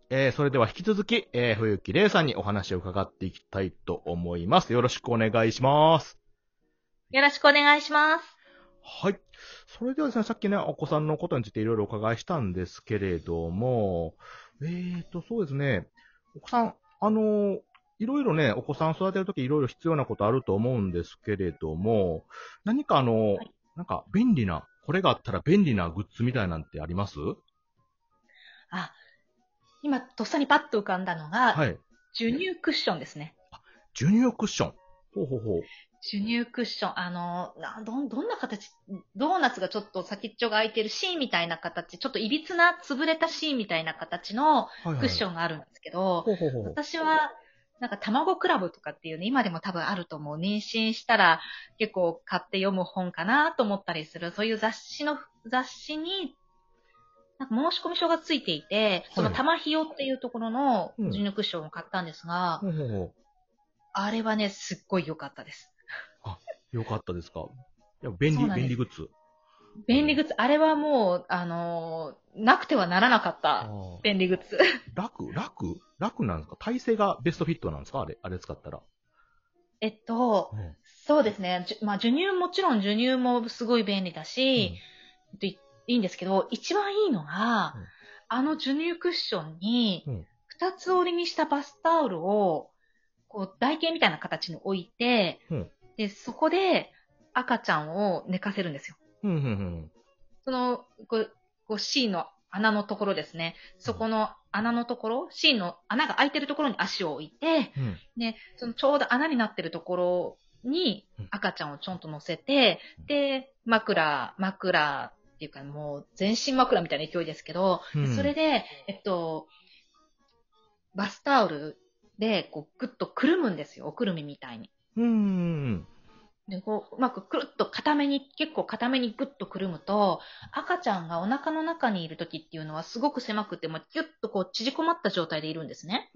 それでは引き続き、冬木玲さんにお話を伺っていきたいと思います。よろしくお願いします。 よろしくお願いします。 はい。それではですね、さっきね、お子さんのことについていろいろお伺いしたんですけれども、そうですね、お子さん、いろいろね、お子さん育てるときいろいろ必要なことあると思うんですけれども、何かはい。 なんか便利な、これがあったら便利なグッズみたいなんてあります？ あ、今、とっさにパッと浮かんだのが、 はい。 授乳クッションですね。 授乳クッション。ほうほうほう。 授乳クッション。どんな形、ドーナツがちょっと先っちょが開いてる芯みたいな形、ちょっといびつな潰れた芯みたいな形のクッはいはい。 ションがあるんですけど、 ほうほうほう。 私は、なんか卵クラブとかっていうね、今でも多分あると思う。妊娠したら結構買って読む本かなと思ったりする。そういう雑誌になんか申し込み書がついていて、そはい。 の玉ひよっていうところのうん。 授乳クッションを買ったんですが、 ほうほうほう。 あれはね、すっごい良かったです。 あ、よかったですか。いや、便そうなんです。 利グッズ。 便利グッズ、あれはもう、なくてはならなかったああ。 便利グッズ。 楽なんですか？体勢がベストフィットなんですか？あれ使ったら。 えっと、 うん。 そうですね。まあ、もちろん授乳もすごい便利だし、 うん。 いいんですけど、一番いいのが、 うん。 あの授乳クッションに、 うん。 二つ折りにしたバスタオルを、こう、台形みたいな形に置いて、 うん。 で、そこで赤ちゃんを寝かせるんですよ。 うん。うん。 その、C の穴のところですね。そこの穴のところ、C の穴が開いてるところに足を置いて、 うん。 で、そのちょうど穴になってるところにうん。 赤ちゃんをちょんと乗せて、で、枕っていうかもう全身枕みたいな勢いですけど、でそうん。 れで、バスタオルでこうグッとくるむんですよ。おくるみみたいに。 うん。 で、こう、うまくくるっと結構固めにグッとくるむと、赤ちゃんがお腹の中にいる時っていうのはすごく狭くても、ギュッとこう縮こまった状態でいるんですね。 うん。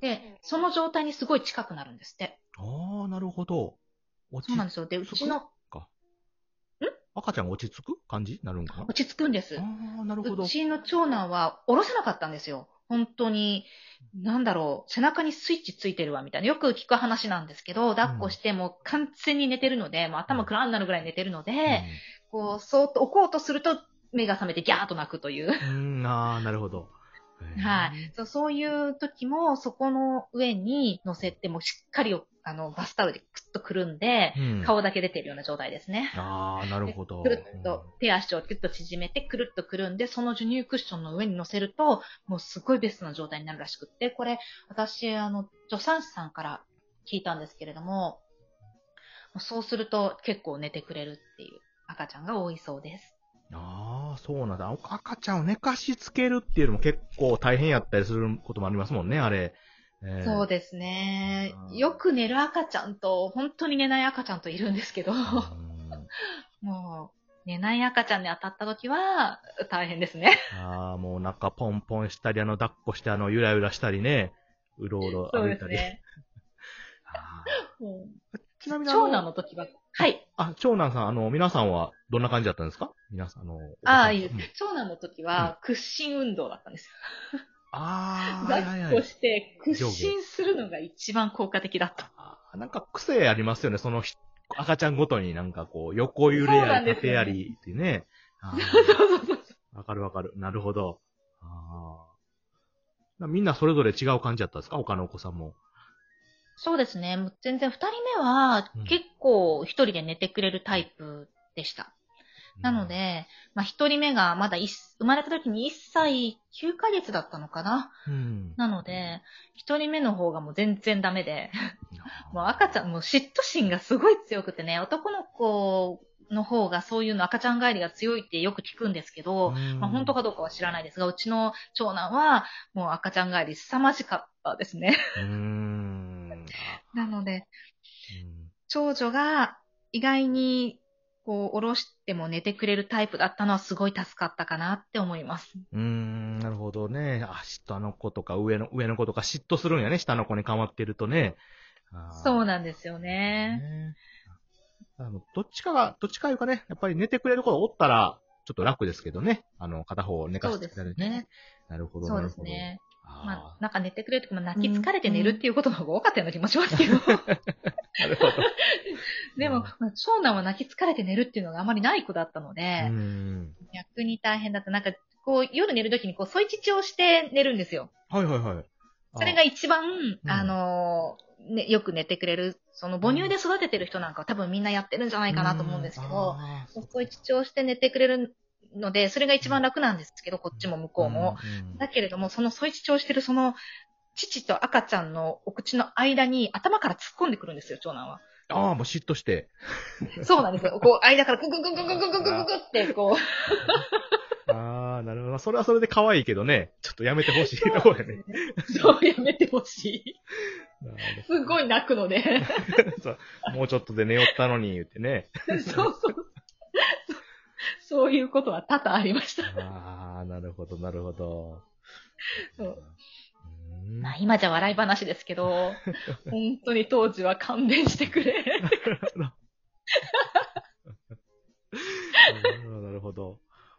で、その状態にすごい近くなるんですって。 ああ、なるほど。落ちそうなんですよ。で、う着くちの、 か。赤ちゃんが落ち着く感じになるんかな？ 落ち着くんです。 ああ、なるほど。 うちの長男は下ろせなかったんですよ。本当に、なんだろう、背中にスイッチついてるわ、みたいな。よく聞く話なんですけど、抱っこうん。 してもう完全に寝てるので、もう頭うん。 クラーになるぐらい寝てるので、 うん。 こう、そーっと置こうとすると、目が覚めてギャーっと泣くという。 うん。ああ、なるほど。へはい。 え。 そういう時も、そこの上に乗せて、もうしっかり、バスタオルでクッとくるんで、 うん。 顔だけ出てるような状態ですね。 ああ、なるで、 ほど。 くるっと、手足をキュッと縮めて、くるっとくるんで、その授乳クッションの上に乗せると、もうすごいベストな状態になるらしくって、これ、私、助産師さんから聞いたんですけれども、そうすると結構寝てくれるっていう赤ちゃんが多いそうです。 ああ、そうなんだ。赤ちゃんを寝かしつけるっていうのも結構大変やったりすることもありますもんね、あれ。ええ。 そうですね。 あよく寝る赤ちゃんと、本当に寝ない赤ちゃんといるんですけど、 ー、うーん。 もう、寝ない赤ちゃんに当たった時は大変ですね。 ああ、もうなんかポンポンしたり、抱っこしてゆらゆらしたりね、うろうろそう歩いたり。 ですね。 あもうーちなみに長男の時は、はい。 長男さん、皆さんはどんな感じだったんですか？皆さん、お子ああ、 さん。 いいです。 うん。 長男の時うん。 は屈伸運動だったんですよ。 ああ、はい抱っはいはい。 こして屈上下。 伸するのが一番効果的だった。 なんか癖ありますよね。赤ちゃんごとになんかこう、横揺れそうなんですやり縦よね。 やりってね。 そうあそうそう。 あ、わかるわかる。なるほど。みんなそれぞれ違う感じだったんですか？他のお子さんも。 そうですね。もう全然二人目はうん。 結構一人で寝てくれるタイプでした。なのうん。 で、まあ一人目がまだ生まれた時に1歳9ヶ月だったのかな。 うん。 なので、一人目の方がもう全然ダメで、もう赤ちゃん、 あもう嫉妬心がすごい強くてね、男の子の方がそういうの赤ちゃん帰りが強いってよく聞くんですけーうど、まあ本当ん。 かどうかは知らないですが、うちの長男はもう赤ちゃん帰り凄まじかったですね。 うーん。 なので、 うん。 長女が意外にこう、下ろしても寝てくれるタイプだったのはすごい助かったかなって思います。 うーん、なるほどね。下の子とか上の子とか嫉妬するんやね。下の子に構ってるとね。 そうあなんですよね。 ね。どっちかいうかね、やっぱり寝てくれる子がおったら、ちょっと楽ですけどね。片方を寝かそうでしつけらすね。 れるね。なるほど、 そうでなるほど。 すね。 まああ、 なんか寝てくれるとか、泣き疲れて寝るっていうことの方が多かったような気もしますけど。 なるほど。 でも、長男は泣き疲れて寝るっていうのがあまりない子だったのうで、 ん。 逆に大変だった。なんか、こう、夜寝るときに添い乳をして寝るんですよ。 はいはいはい。 それが一番、よく寝てくれる、母乳で育ててる人なんかは多分みんなやってるんじゃないかなと思うんですけど、そういう父をして寝てくれるので、それが一番楽なんですけど、こっちも向こうも。だけれども、添い乳をしてる父と赤ちゃんのお口の間に頭から突っ込んでくるんですよ、長男は。 ああ、もう嫉妬して。 そうなんですよ。間からググググググググググってああ、なるほど。それはそれで可愛いけどね。ちょっとやめてほしいところやね。 そう、やめてほしい。すごい泣くので。 そう。もうちょっとで寝よったのに、言ってね。 そう。そういうことは多々ありました。 ああ、なるほど、なるほど。 まあ今じゃ笑い話ですけど、本当に当時は勘弁してくれ。 なるほど。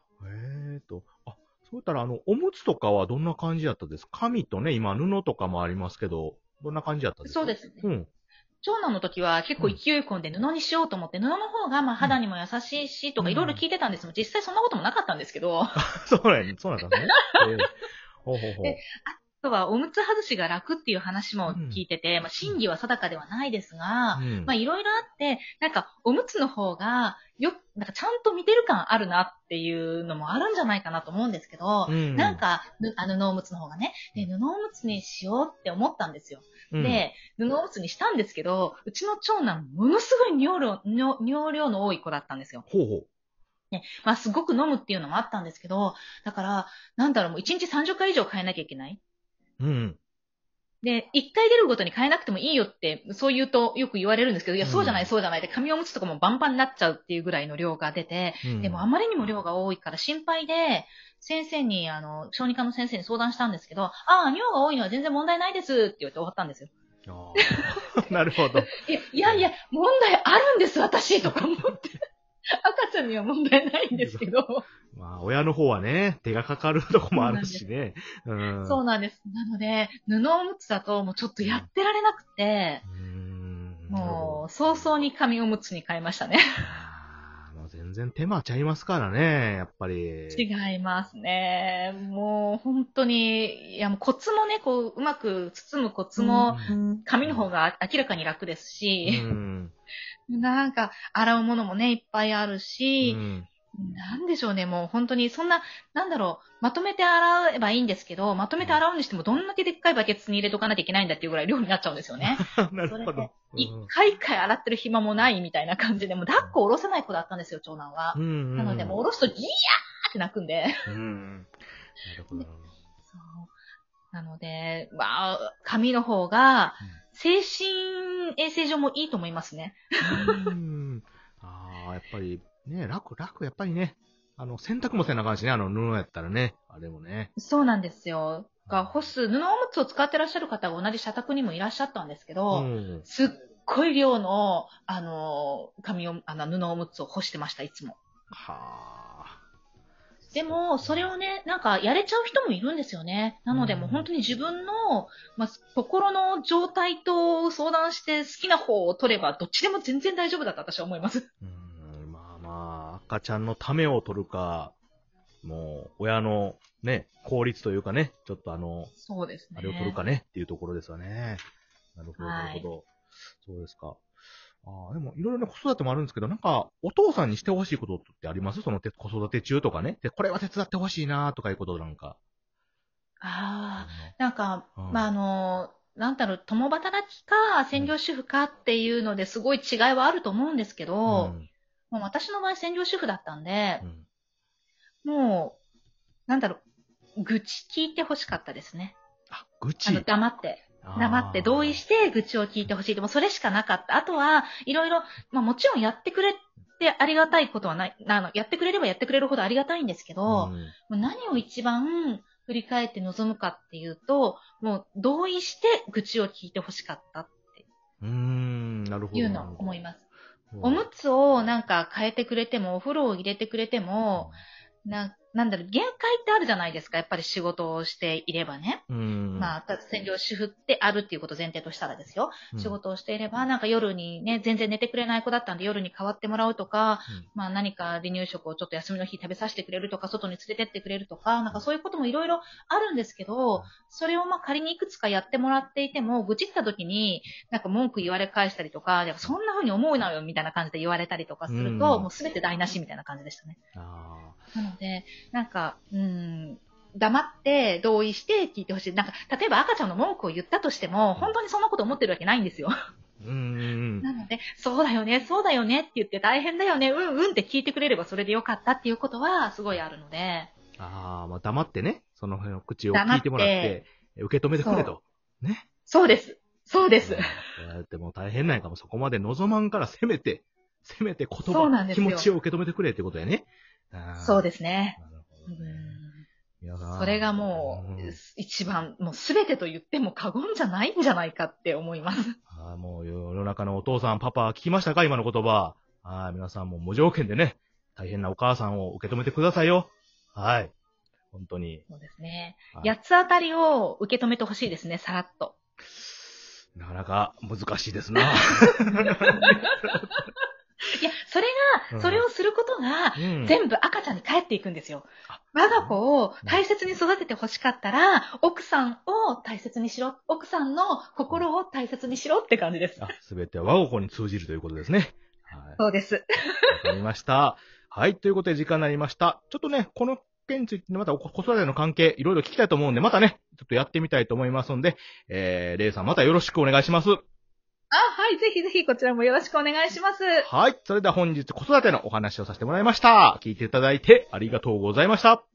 そういったら、おむつとかはどんな感じだったですか？紙とね、今、布とかもありますけど、どんな感じだったですか？ そうですね。 うん。 長男の時は結構勢い込んで布にしようと思って、布の方がまあ肌にも優しいしとかいろいろ聞いてたんですけど、実際そんなこともなかったんですけど、 そうなんですね。ほうほうほう。 であとはおむつ外しが楽っていう話も聞いてて、まあ真偽は定かではないですが、まあいろいろあって、なんかおむつの方がなんかちゃんと見てる感あるなっていうのもあるんじゃないかなと思うんですけど、なんか布おむつの方がね、で布おむつにしようって思ったんですよ。で、布おむつにしたんですけど、うちの長男ものすごい尿量の多い子だったんですよ。 ほうほう。 ね、まあすごく飲むっていうのもあったんですけど、だから、もう1日30回以上変えなきゃいけない。で、1回出るごとに変えなくてもいいよって、そう言うとよく言われるんですけど、いや、そうじゃない、そうじゃないって、紙おむつとかもバンバンになっちゃうっていうぐらいの量が出て、でもあまりにも量が多いから心配で、先生に、小児科の先生に相談したんですけど、尿が多いのは全然問題ないですって言って終わったんですよ。 なるほど。 いや、問題あるんです、私とか思って。赤ちゃんには問題ないんですけど。 まあ、親の方はね、手がかかるとこもあるしね。 そうなんです。なので、布おむつだともうちょっとやってられなくて、もう早々に紙おむつに変えましたね。 もう全然手間ちゃいますからね、やっぱり。 違いますね。もう本当に、いやもうコツもね、うまく包むコツも、紙の方が明らかに楽ですし、なんか洗うものもね、いっぱいあるし、なんでしょうね、もう本当にそんな、まとめて洗えばいいんですけど、まとめて洗うにしてもどんだけでっかいバケツに入れとかなきゃいけないんだっていうぐらい量になっちゃうんですよね。 なるほど。 一回一回洗ってる暇もないみたいな感じで、もう抱っこ下ろせない子だったんですよ、長男は。なので、もう下ろすとギヤーって泣くんで。 なるほど。 そうなので、まあ、紙の方が、精神衛生上もいいと思いますね。 やっぱり、ね、楽、やっぱりね。洗濯もせなあかんしね、布やったらね。あれもね。 そうなんですよ。布おむつを使ってらっしゃる方が同じ社宅にもいらっしゃったんですけど、すっごい量の、布おむつを干してました、いつも。でも、それをね、なんか、やれちゃう人もいるんですよね。なので、もう本当に自分の、心の状態と相談して好きな方を取れば、どっちでも全然大丈夫だと私は思います。 赤ちゃんのためを取るか、もう、親のね、効率というかね、ちょっとそうですね。 あれを取るかねっていうところですよね。なるほど、なるほど。そうですか。でも、いろいろね、子育てもあるんですけど、なんか、お父さんにしてほしいことってあります？その子育て中とかね。で、これは手伝ってほしいなとかいうことなんか。 なんか、共働きか専業主婦かっていうのですごい違いはあると思うんですけど、もう私の場合専業主婦だったんで、もう、愚痴聞いてほしかったですね。 愚痴？ 黙って同意して愚痴を聞いてほしい。でもそれしかなかった。あとは、いろいろ、もちろんやってくれてありがたいことはない、やってくれればやってくれるほどありがたいんですけど、何を一番振り返って望むかっていうと、もう同意して愚痴を聞いてほしかったってなるほど。 いうのを思います。おむつをなんか変えてくれても、お風呂を入れてくれても、なんなんだろう、限界ってあるじゃないですか。やっぱり仕事をしていればね。 ままあ、専業主婦であるっていうことを前提としたらですよ。仕事をしていれば、なんか夜にね、全然寝てくれない子だったんで夜に代わってもらうとか、まあ何か離乳食をちょっと休みの日食べさせてくれるとか、外に連れてってくれるとか、なんかそういうこともいろいろあるんですけど、それをまあ仮にいくつかやってもらっていても、愚痴った時に、なんか文句言われ返したりとか、そんな風に思うなよみたいな感じで言われたりとかすると、もうすべて台無しみたいな感じでしたね。なので、なんか、黙って同意して聞いてほしい。なんか、例えば赤ちゃんの文句を言ったとしても、本当にそんなこと思ってるわけないんですよ。なので、そうだよね、そうだよねって言って大変だよね、って聞いてくれればそれでよかったっていうことはすごいあるので。 まあ黙ってね、その辺の口を聞いてもらって、受け止めてくれと。ね。 そうです。そうです。 でも大変なんやかも、そこまで望まんからせめて言葉、気持ちを受け止めてくれってことやね。 そうですね。 なるほどね。 それがもう、一番、もうすべてと言っても過言じゃないんじゃないかって思います。 もう世の中のお父さん、パパ、聞きましたか今の言葉。皆さんも無条件でね、大変なお母さんを受け止めてくださいよ。はい。本当に。 そうですね。八つ当たりを受け止めてほしいですね、さらっと。 なかなか難しいですな。 いや、それをすることが、全部赤ちゃんに返っていくんですよ。我が子を大切に育ててほしかったら、奥さんを大切にしろ、奥さんの心を大切にしろって感じです。 すべては我が子に通じるということですね。 はい、そうです。わかりました。はい、ということで時間になりました。ちょっとね、この件についてまた子育ての関係、いろいろ聞きたいと思うんで、またね、ちょっとやってみたいと思いますんで、レイさんまたよろしくお願いします。 はい、ぜひぜひこちらもよろしくお願いします。 はい、それでは本日子育てのお話をさせてもらいました。聞いていただいてありがとうございました。